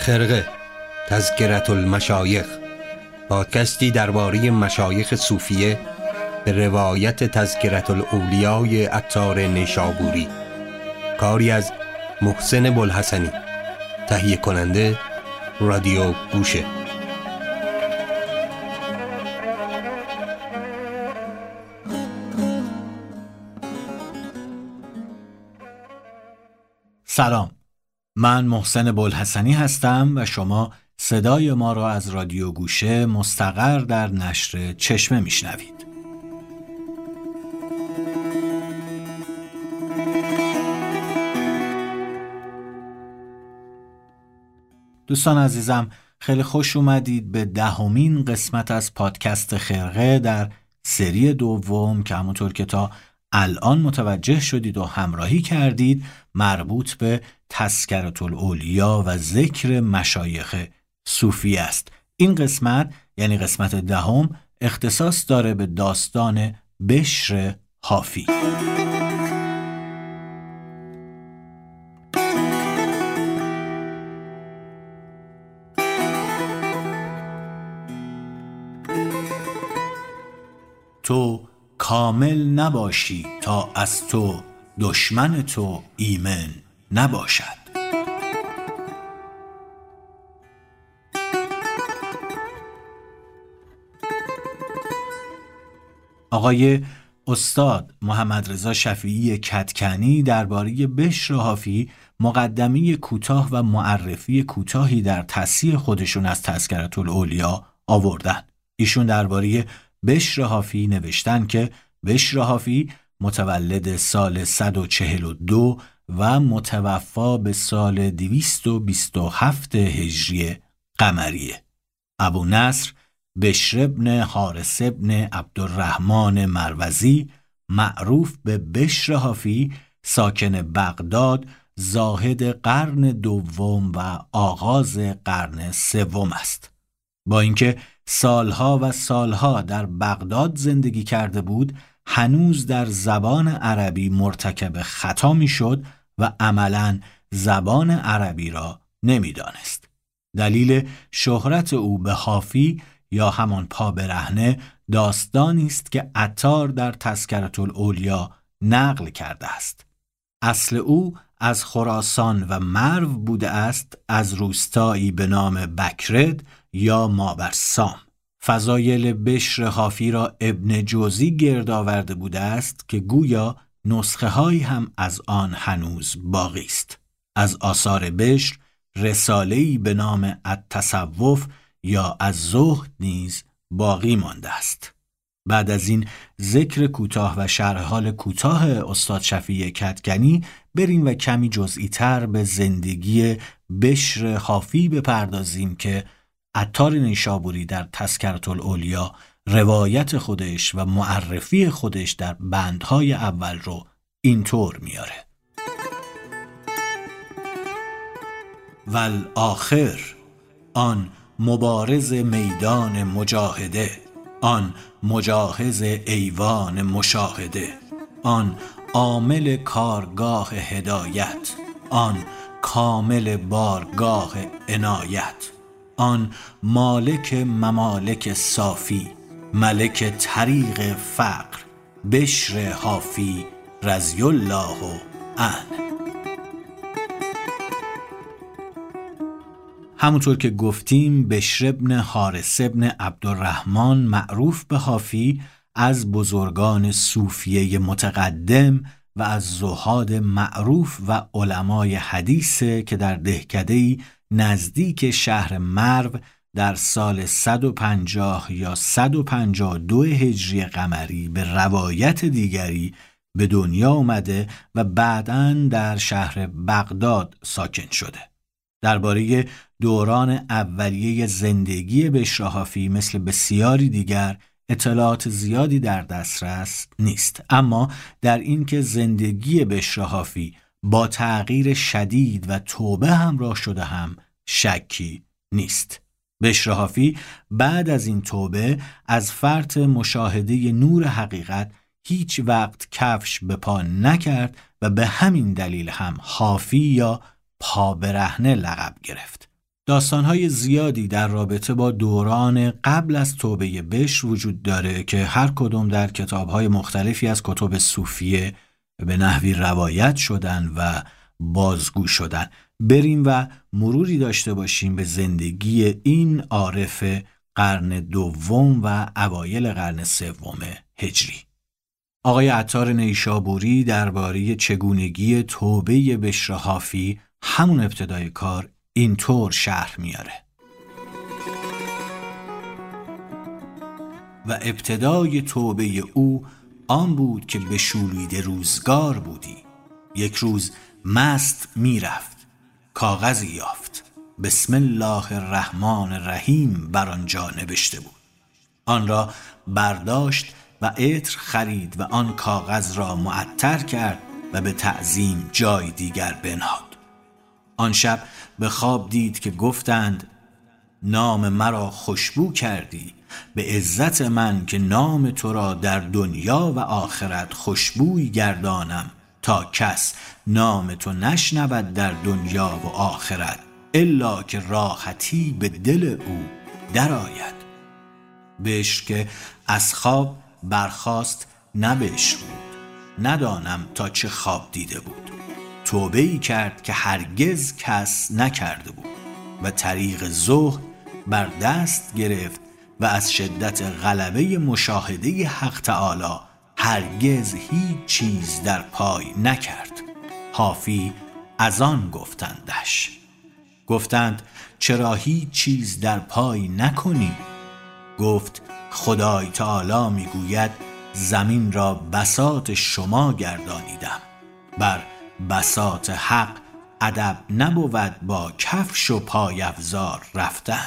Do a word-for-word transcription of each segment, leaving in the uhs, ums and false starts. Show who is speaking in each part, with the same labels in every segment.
Speaker 1: خرقه تذکرة المشایخ، پادکستی درباره مشایخ صوفیه به روایت تذکرة الاولیای عطار نیشابوری، کاری از محسن بوالحسنی، تهیه کننده رادیو گوشه.
Speaker 2: سلام، من محسن بوالحسنی هستم و شما صدای ما را از رادیو گوشه مستقر در نشر چشمه میشنوید. دوستان عزیزم، خیلی خوش اومدید به دهمین قسمت از پادکست خرقه در سری دوم که همونطور که تا الان متوجه شدید و همراهی کردید مربوط به تذکرة الاولیا و ذکر مشایخ صوفی است. این قسمت یعنی قسمت دهم اختصاص داره به داستان بشر حافی. تو کامل نباشی تا از تو دشمن تو ایمن نباشد. آقای استاد محمد رضا شفیعی کدکنی درباره بشر حافی مقدمه کوتاه و معرفی کوتاهی در تصحیح خودشون از تذکرة الاولیا آوردن. ایشون درباره بشر حافی نوشتن که بشر حافی متولد سال صد و چهل و دو و متوفا به سال دویست و بیست و هفت هجری قمریه. ابو نصر بشر ابن حارث ابن عبدالرحمن مروزی، معروف به بشر حافی، ساکن بغداد، زاهد قرن دوم و آغاز قرن سوم است. با اینکه سالها و سالها در بغداد زندگی کرده بود، هنوز در زبان عربی مرتکب خطا میشد و عملاً زبان عربی را نمیدانست. دلیل شهرت او به حافی یا همان پا برهنه داستانی است که عطار در تذکرة الاولیا نقل کرده است. اصل او از خراسان و مرو بوده است، از روستایی به نام بکرد یا مابرسام. فضایل بشر حافی را ابن جوزی گرد آورده بوده است که گویا نسخه هایی هم از آن هنوز باقی است. از آثار بشر رساله‌ای به نام التصوف یا از زهد نیز باقی مانده است. بعد از این ذکر کوتاه و شرح حال کوتاه استاد شفیعی کدکنی، بریم و کمی جزئی تر به زندگی بشر حافی بپردازیم که عطار نیشابوری در تذکرة الاولیا روایت خودش و معرفی خودش در بندهای اول رو اینطور میاره: والآخر، آن مبارز میدان مجاهده، آن مجاهز ایوان مشاهده، آن عامل کارگاه هدایت، آن کامل بارگاه عنایت، آن مالک ممالک صافی، ملک طریق فقر، بشر حافی رضی الله عنه. همونطور که گفتیم، بشر ابن حارث ابن عبدالرحمن معروف به حافی از بزرگان صوفیه متقدم و از زهاد معروف و علمای حدیثه که در دهکده‌ای نزدیک شهر مرو در سال صد و پنجاه یا صد و پنجاه و دو هجری قمری به روایت دیگری به دنیا آمده و بعداً در شهر بغداد ساکن شده. درباره دوران اولیه زندگی بشر حافی مثل بسیاری دیگر اطلاعات زیادی در دسترس نیست، اما در این که زندگی بشر حافی با تغییر شدید و توبه همراه شده هم شکی نیست. بشر حافی بعد از این توبه از فرط مشاهده نور حقیقت هیچ وقت کفش به پا نکرد و به همین دلیل هم حافی یا پا برهنه لقب گرفت. داستان‌های زیادی در رابطه با دوران قبل از توبه بشر وجود داره که هر کدوم در کتاب‌های مختلفی از کتب صوفیه به نحوی روایت شدن و بازگو شدن. بریم و مروری داشته باشیم به زندگی این عارف قرن دوم و اوایل قرن سوم هجری. آقای عطار نیشابوری درباره چگونگی توبه بشر حافی همون ابتدای کار اینطور شرح میاره: و ابتدای توبه او آن بود که به شوریده روزگار بودی. یک روز مست میرفت، کاغذی یافت، بسم الله الرحمن الرحیم بر آنجا نوشته بود. آن را برداشت و عطر خرید و آن کاغذ را معطر کرد و به تعظیم جای دیگر بنهاد. آن شب به خواب دید که گفتند نام مرا خوشبو کردی، به عزت من که نام تو را در دنیا و آخرت خوشبوی گردانم تا کس نام تو نشنود در دنیا و آخرت الا که راحتی به دل او درآید. بشر که از خواب برخاست نه بشر بود، ندانم تا چه خواب دیده بود. توبه‌ای کرد که هرگز کس نکرده بود و طریق زهد بر دست گرفت و از شدت غلبه مشاهده حق تعالی هرگز هیچ چیز در پای نکرد. حافی از آن گفتندش. گفتند چرا هیچ چیز در پای نکنی؟ گفت خدای تعالی میگوید زمین را بساط شما گردانیدم. بر بساط حق ادب نبود با کفش و پای افزار رفتن.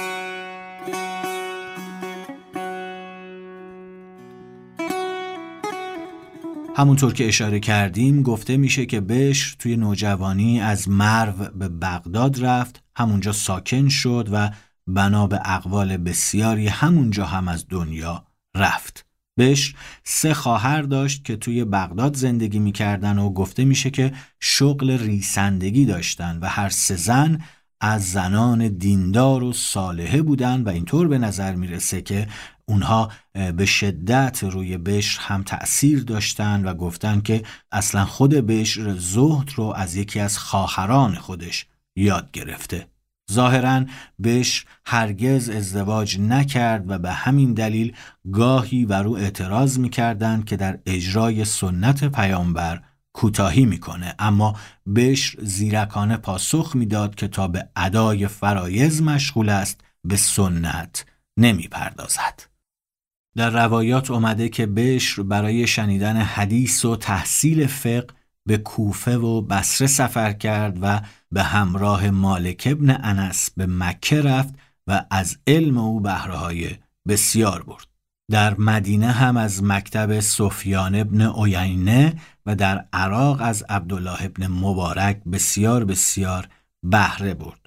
Speaker 2: همونطور که اشاره کردیم گفته میشه که بشر توی نوجوانی از مرو به بغداد رفت، همونجا ساکن شد و بنا به اقوال بسیاری همونجا هم از دنیا رفت. بشر سه خواهر داشت که توی بغداد زندگی میکردن و گفته میشه که شغل ریسندگی داشتن و هر سه زن از زنان دیندار و صالحه بودن و اینطور به نظر میرسه که اونها به شدت روی بشر هم تأثیر داشتن و گفتن که اصلا خود بشر زهد رو از یکی از خواهران خودش یاد گرفته. ظاهراً بشر هرگز ازدواج نکرد و به همین دلیل گاهی بر او اعتراض میکردند که در اجرای سنت پیامبر کوتاهی میکنه، اما بشر زیرکانه پاسخ میداد که تا به ادای فرایض مشغول است به سنت نمیپردازد. در روایات اومده که بشر برای شنیدن حدیث و تحصیل فقه به کوفه و بصره سفر کرد و به همراه مالک ابن انس به مکه رفت و از علم او بهره‌های بسیار برد. در مدینه هم از مکتب سفیان ابن عیینه و در عراق از عبدالله ابن مبارک بسیار بسیار بهره برد.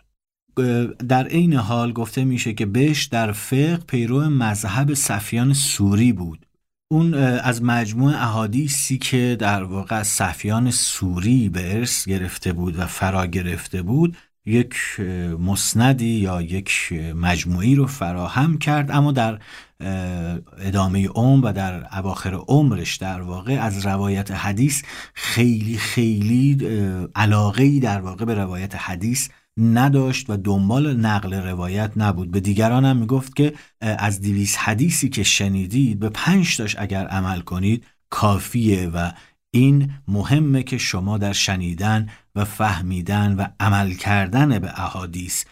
Speaker 2: در این حال گفته میشه که بشر در فقه پیرو مذهب صفیان سوری بود. اون از مجموع احادیثی که در واقع از صفیان سوری به ارث گرفته بود و فرا گرفته بود یک مسندی یا یک مجموعی رو فراهم کرد، اما در ادامه عمر و در اواخر عمرش در واقع از روایت حدیث خیلی خیلی علاقه‌ای در واقع به روایت حدیث نداشت و دنبال نقل روایت نبود. به دیگران هم میگفت که از دویست حدیثی که شنیدید به پنج تاش اگر عمل کنید کافیه و این مهمه که شما در شنیدن و فهمیدن و عمل کردن به احادیث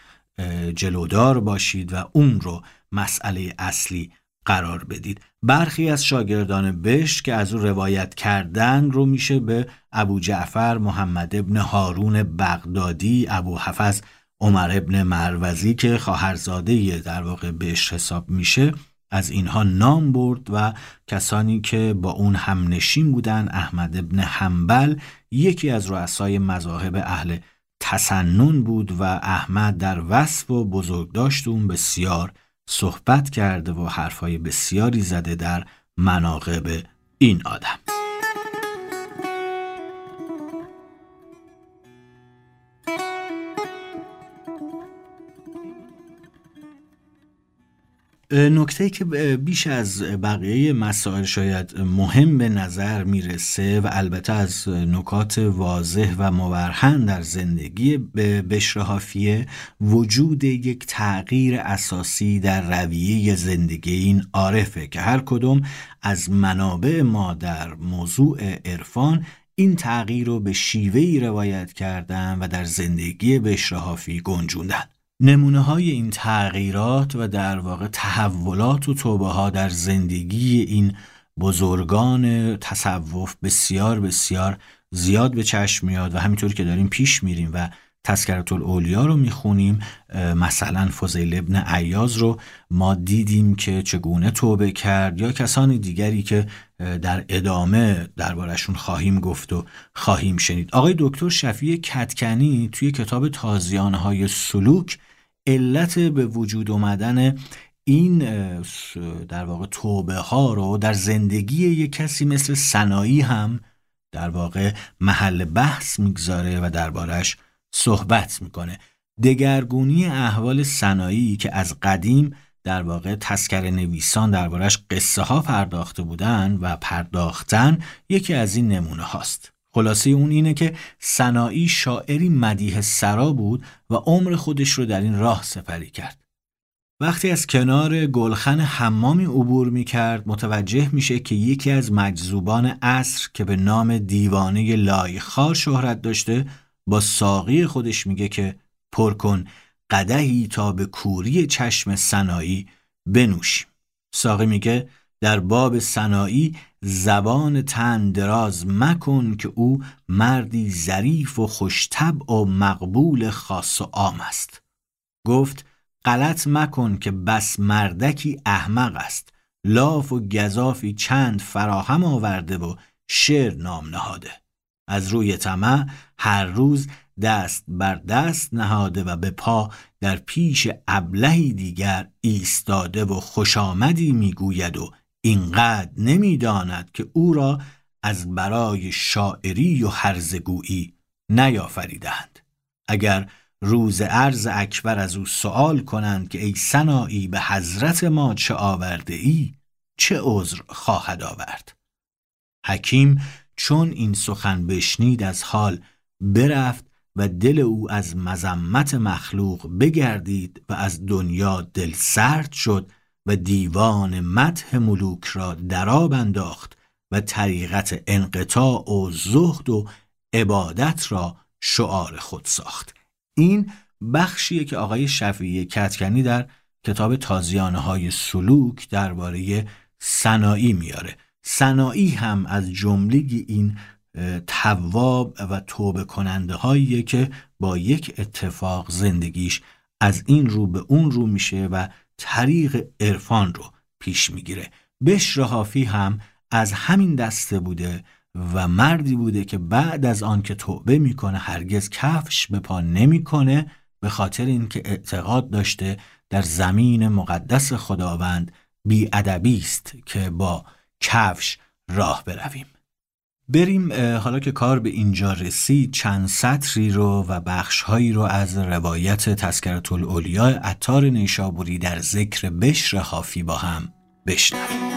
Speaker 2: جلودار باشید و اون رو مسئله اصلی قرار بدید. برخی از شاگردان بشر که از او روایت کردن رو میشه به ابو جعفر محمد ابن هارون بغدادی، ابو حفص عمر ابن مروزی که خواهرزاده در واقع بشر حساب میشه از اینها نام برد و کسانی که با اون هم نشین بودن احمد ابن حنبل یکی از رؤسای مذاهب اهل تسنن بود و احمد در وصف و بزرگداشت اون بسیار صحبت کرده و حرفای بسیاری زده در مناقب این آدم. نکته که بیش از بقیه مسائل شاید مهم به نظر میرسه و البته از نکات واضح و مبرهن در زندگی بشر حافیه، وجود یک تغییر اساسی در رویه زندگی این عارفه که هر کدوم از منابع ما در موضوع عرفان این تغییر رو به شیوهی روایت کردن و در زندگی بشر حافی گنجوندن. نمونه های این تغییرات و در واقع تحولات و توبه ها در زندگی این بزرگان تصوف بسیار بسیار زیاد به چشم میاد و همینطور که داریم پیش میریم و تذکرة الاولیا رو میخونیم، مثلا فضیل ابن عیاض رو ما دیدیم که چگونه توبه کرد، یا کسان دیگری که در ادامه دربارشون خواهیم گفت و خواهیم شنید. آقای دکتر شفیع کدکنی توی کتاب تازیانه‌های سلوک علت به وجود اومدن این در واقع توبه ها رو در زندگی یک کسی مثل سنایی هم در واقع محل بحث میگذاره و دربارش صحبت میکنه. دگرگونی احوال سنایی که از قدیم در واقع تذکره نویسان دربارش قصه ها پرداخته بودن و پرداختن یکی از این نمونه هاست. خلاصه اون اینه که سنایی شاعری مدیح سرا بود و عمر خودش رو در این راه سپری کرد. وقتی از کنار گلخن حمامی عبور می کرد متوجه میشه که یکی از مجذوبان عصر که به نام دیوانه لایخار شهرت داشته با ساقی خودش میگه که پر کن قدحی تا به کوری چشم سنایی بنوشیم. ساقی میگه در باب سنایی زبان تن دراز مکن که او مردی ظریف و خوشطبع و مقبول خاص و عام است. گفت غلط مکن که بس مردکی احمق است، لاف و گزافی چند فراهم آورده و شعر نام نهاده. از روی طمع هر روز دست بر دست نهاده و به پا در پیش ابلهی دیگر ایستاده و خوش آمدی میگوید و اینقدر نمیداند که او را از برای شاعری و هرزگویی نیافریدند. اگر روز عرض اکبر از او سؤال کنند که ای سنایی به حضرت ما چه آورده ای، چه عذر خواهد آورد؟ حکیم چون این سخن بشنید از حال برفت و دل او از مذمت مخلوق بگردید و از دنیا دل سرد شد و دیوان مدح ملوک را درآب انداخت و طریقت انقطاع و زهد و عبادت را شعار خود ساخت. این بخشیه که آقای شفیع کدکنی در کتاب تازیانه‌های سلوک درباره سنایی میاره. سنایی هم از جمله این تواب و توبه کننده هاییه که با یک اتفاق زندگیش از این رو به اون رو میشه و طریق عرفان رو پیش میگیره. بشر حافی هم از همین دسته بوده و مردی بوده که بعد از آن که توبه میکنه هرگز کفش به پا نمیکنه، به خاطر اینکه اعتقاد داشته در زمین مقدس خداوند بی‌ادبی است که با کفش راه برویم. بریم حالا که کار به اینجا رسید چند سطری رو و بخشهایی رو از روایت تذکرة الاولیا عطار نیشابوری در ذکر بشر حافی با هم بشنویم.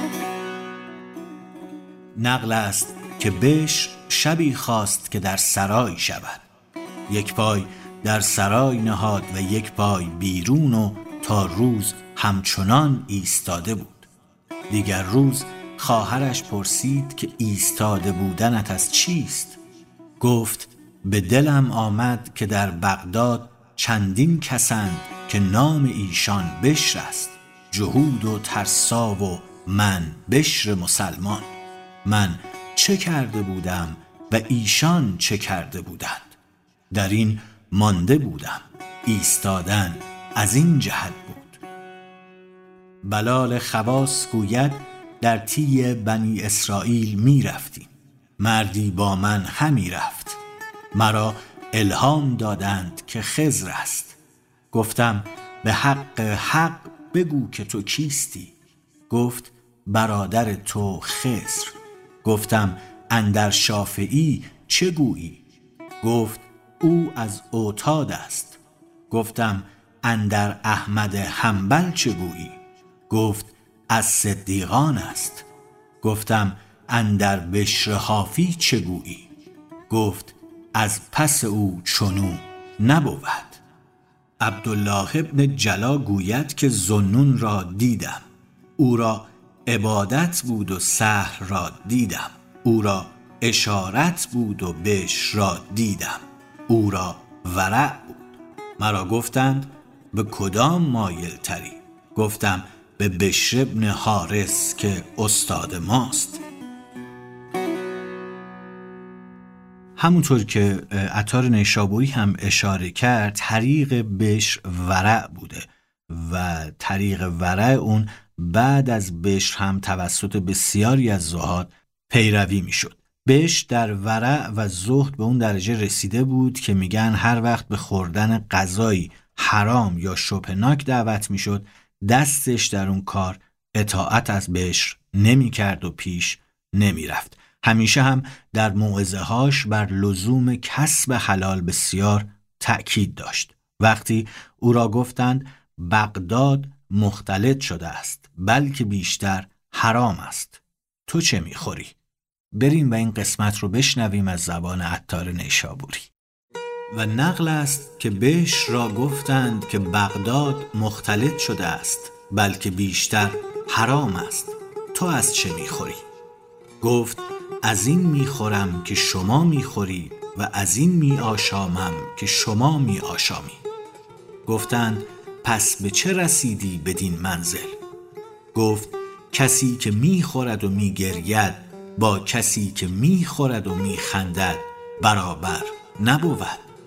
Speaker 2: نقل است که بشر شبی خواست که در سرای شود، یک پای در سرای نهاد و یک پای بیرون و تا روز همچنان ایستاده بود. دیگر روز خواهرش پرسید که ایستاده بودنت از چیست؟ گفت به دلم آمد که در بغداد چندین کسند که نام ایشان بشر است، جهود و ترسا و من بشر مسلمان. من چه کرده بودم و ایشان چه کرده بودند؟ در این مانده بودم، ایستادن از این جهت بود. بلال خواص گوید در طی بنی اسرائیل می رفتیم، مردی با من همی رفت، مرا الهام دادند که خضر است. گفتم به حق حق بگو که تو کیستی؟ گفت برادر تو خضر. گفتم اندر شافعی چه گویی؟ گفت او از اوتاد است. گفتم اندر احمد حنبل چه گویی؟ گفت از صدیقان است. گفتم اندر بشر حافی چه گویی؟ گفت از پس او چنو نبود. عبدالله ابن جلا گوید که ذوالنون را دیدم، او را عبادت بود و سحر را دیدم، او را اشارت بود و بشر را دیدم، او را ورع بود. مرا گفتند به کدام مایل تری؟ گفتم به بشر ابن حارث که استاد ماست. همونطور که عطار نیشابوری هم اشاره کرد، طریق بشر ورع بوده و طریق ورع اون بعد از بشر هم توسط بسیاری از زهاد پیروی می شد. بشر در ورع و زهد به اون درجه رسیده بود که میگن هر وقت به خوردن غذایی حرام یا شبهناک دعوت می شد، دستش در اون کار اطاعت از بشر نمی کرد و پیش نمی رفت. همیشه هم در موعظه هاش بر لزوم کسب حلال بسیار تأکید داشت. وقتی او را گفتند بغداد مختلط شده است بلکه بیشتر حرام است، تو چه میخوری؟ بریم و این قسمت رو بشنویم از زبان عطار نیشابوری. و نقل است که بشر را گفتند که بغداد مختلط شده است بلکه بیشتر حرام است، تو از چه میخوری؟ گفت از این میخورم که شما میخورید و از این میآشامم که شما میآشامی. گفتند پس به چه رسیدی بدین منزل؟ گفت کسی که میخورد و میگرید با کسی که میخورد و میخندد برابر نبود.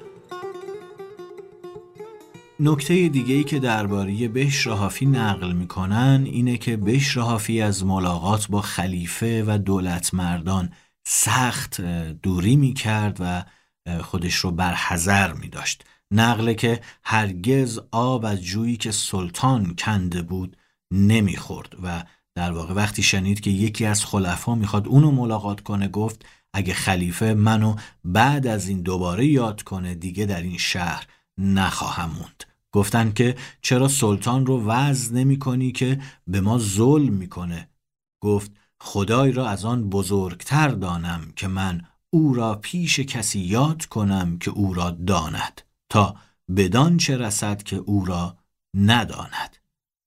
Speaker 2: نکته دیگه‌ای که درباره بشر حافی نقل میکنن اینه که بشر حافی از ملاقات با خلیفه و دولت مردان سخت دوری میکرد و خودش رو برحذر میداشت. نقله که هرگز آب از جویی که سلطان کنده بود نمیخورد و در واقع وقتی شنید که یکی از خلفا میخواد اونو ملاقات کنه گفت اگه خلیفه منو بعد از این دوباره یاد کنه دیگه در این شهر نخواهم موند. گفتن که چرا سلطان رو وعظ نمی کنی که به ما ظلم میکنه؟ گفت خدای را از آن بزرگتر دانم که من او را پیش کسی یاد کنم که او را داند تا بدان چه رسد که او را نداند.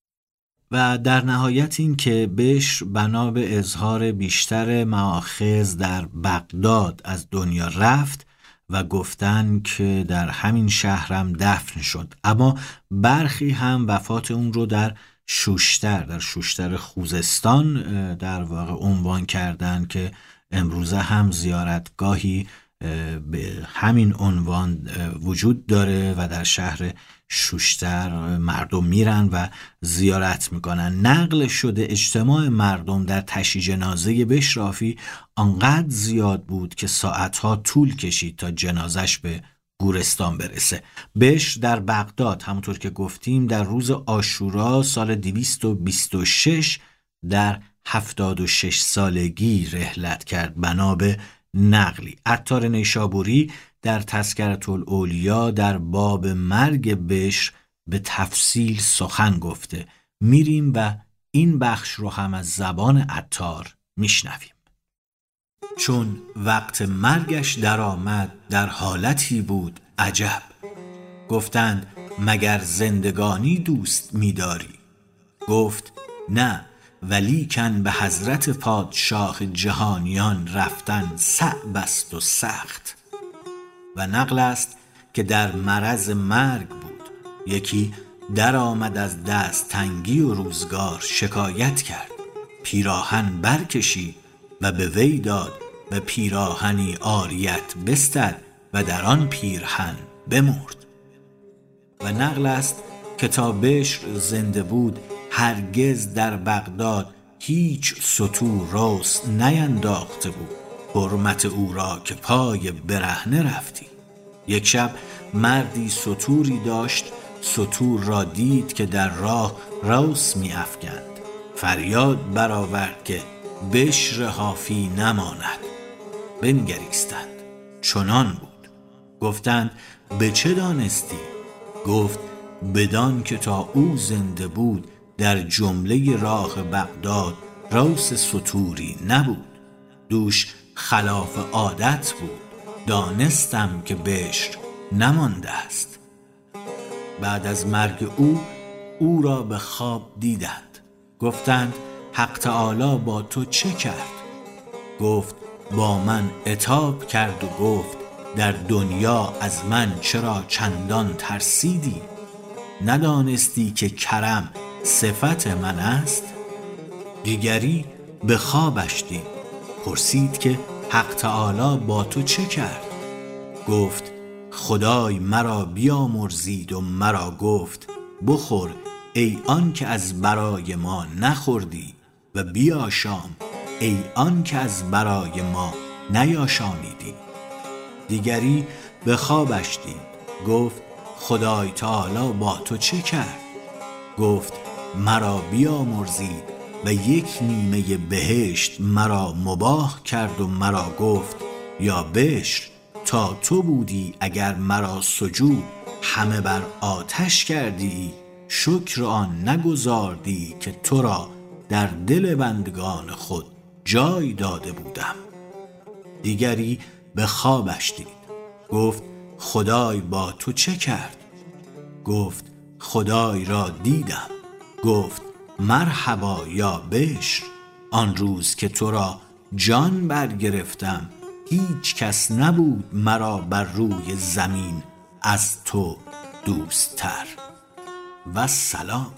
Speaker 2: و در نهایت این که بشر بنا به اظهار بیشتر مآخذ در بغداد از دنیا رفت و گفتن که در همین شهرم دفن شد، اما برخی هم وفات اون رو در شوشتر در شوشتر خوزستان در واقع عنوان کردن که امروزه هم زیارتگاهی به همین عنوان وجود داره و در شهر شوشتر مردم میرن و زیارت میکنن. نقل شده اجتماع مردم در تشییع جنازه بشر حافی آنقدر زیاد بود که ساعتها طول کشید تا جنازش به گورستان برسه. بشر در بغداد همونطور که گفتیم در روز عاشورا سال دویست و بیست و شش در هفتاد و شش سالگی رحلت کرد بنا به نقلی. عطار نیشابوری در تذکرة الاولیا در باب مرگ بشر به تفصیل سخن گفته. میریم و این بخش رو هم از زبان عطار میشنویم. چون وقت مرگش در آمد در حالتی بود عجب، گفتند مگر زندگانی دوست می‌داری؟ گفت نه، ولیکن به حضرت پادشاه جهانیان رفتن صعب است و سخت. و نقل است که در مرض مرگ بود، یکی در آمد از دست تنگی و روزگار شکایت کرد، پیراهن برکشید و به وی داد و پیراهنی عاریت بستر و در آن پیرهن بمرد. و نقل است که تا بشر زنده بود هرگز در بغداد هیچ ستور راست نینداخته بود، حرمت او را که پای برهنه رفتی. یک شب مردی ستوری داشت، ستور را دید که در راه راست می افکند، فریاد برآورد که بشر حافی نماند. بنگریستند، چنان بود. گفتند به چه دانستی؟ گفت بدان که تا او زنده بود در جمله راه بغداد روس سطوری نبود. دوش خلاف عادت بود، دانستم که بشر نمانده است. بعد از مرگ او او را به خواب دیدند. گفتند حق تعالی با تو چه کرد؟ گفت با من عتاب کرد و گفت در دنیا از من چرا چندان ترسیدی؟ ندانستی که کرم صفت من است؟ دیگری به خوابش دید. پرسید که حق تعالی با تو چه کرد؟ گفت خدای مرا بیامرزید و مرا گفت بخور ای آن که از برای ما نخوردی و بیاشام ای آن که از برای ما نیاشامیدی. دیگری به خوابش دید. گفت خدای تعالی با تو چه کرد؟ گفت مرا بیامرزید و یک نیمه بهشت مرا مباح کرد و مرا گفت یا بشر تا تو بودی اگر مرا سجود همه بر آتش کردی، شکر آن نگذاردی که تو را در دل بندگان خود جای داده بودم. دیگری به خوابش دید. گفت خدای با تو چه کرد؟ گفت خدای را دیدم. گفت مرحبا یا بشر، آن روز که تو را جان برگرفتم هیچ کس نبود مرا بر روی زمین از تو دوست‌تر. و سلام.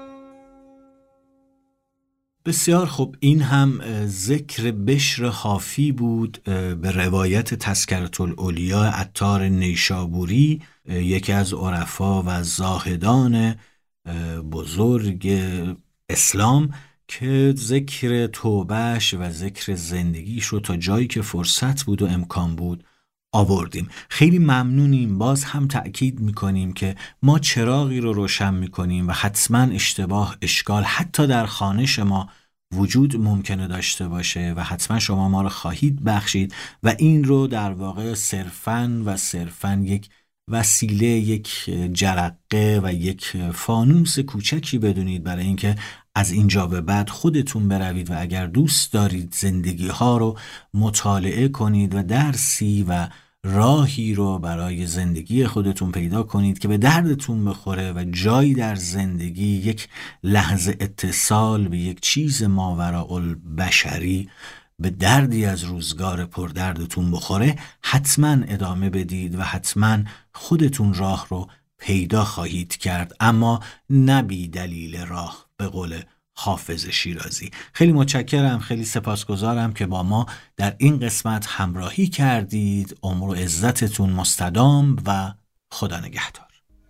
Speaker 2: بسیار خوب، این هم ذکر بشر حافی بود به روایت تذکرةالاولیاء عطار نیشابوری، یکی از عرفا و زاهدان بزرگ اسلام، که ذکر توبهش و ذکر زندگیش رو تا جایی که فرصت بود و امکان بود آوردیم. خیلی ممنونیم. باز هم تأکید میکنیم که ما چراغی رو روشن میکنیم و حتما اشتباه، اشکال حتی در خوانش ما وجود ممکنه داشته باشه و حتما شما ما رو خواهید بخشید و این رو در واقع صرفاً و صرفاً یک وسیله، یک جرقه و یک فانوس کوچکی بدونید برای اینکه از اینجا به بعد خودتون بروید و اگر دوست دارید زندگی ها رو مطالعه کنید و درسی و راهی رو برای زندگی خودتون پیدا کنید که به دردتون بخوره و جایی در زندگی، یک لحظه اتصال به یک چیز ماوراءالبشری، به دردی از روزگار پردردتون بخوره، حتما ادامه بدید و حتما خودتون راه رو پیدا خواهید کرد، اما نه بی دلیل راه، به قول حافظ شیرازی. خیلی متشکرم، خیلی سپاسگزارم که با ما در این قسمت همراهی کردید. عمر و عزتتون مستدام و خدا نگهدار.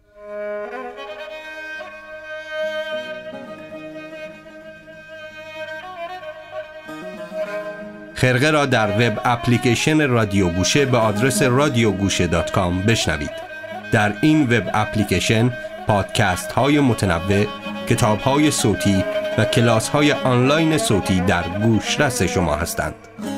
Speaker 1: خرقه را در وب اپلیکیشن رادیو گوشه به آدرس رادیو گوشه دات کام بشنوید. در این وب اپلیکیشن پادکست های متنوع، کتاب های صوتی و کلاس های آنلاین صوتی در گوشرس شما هستند.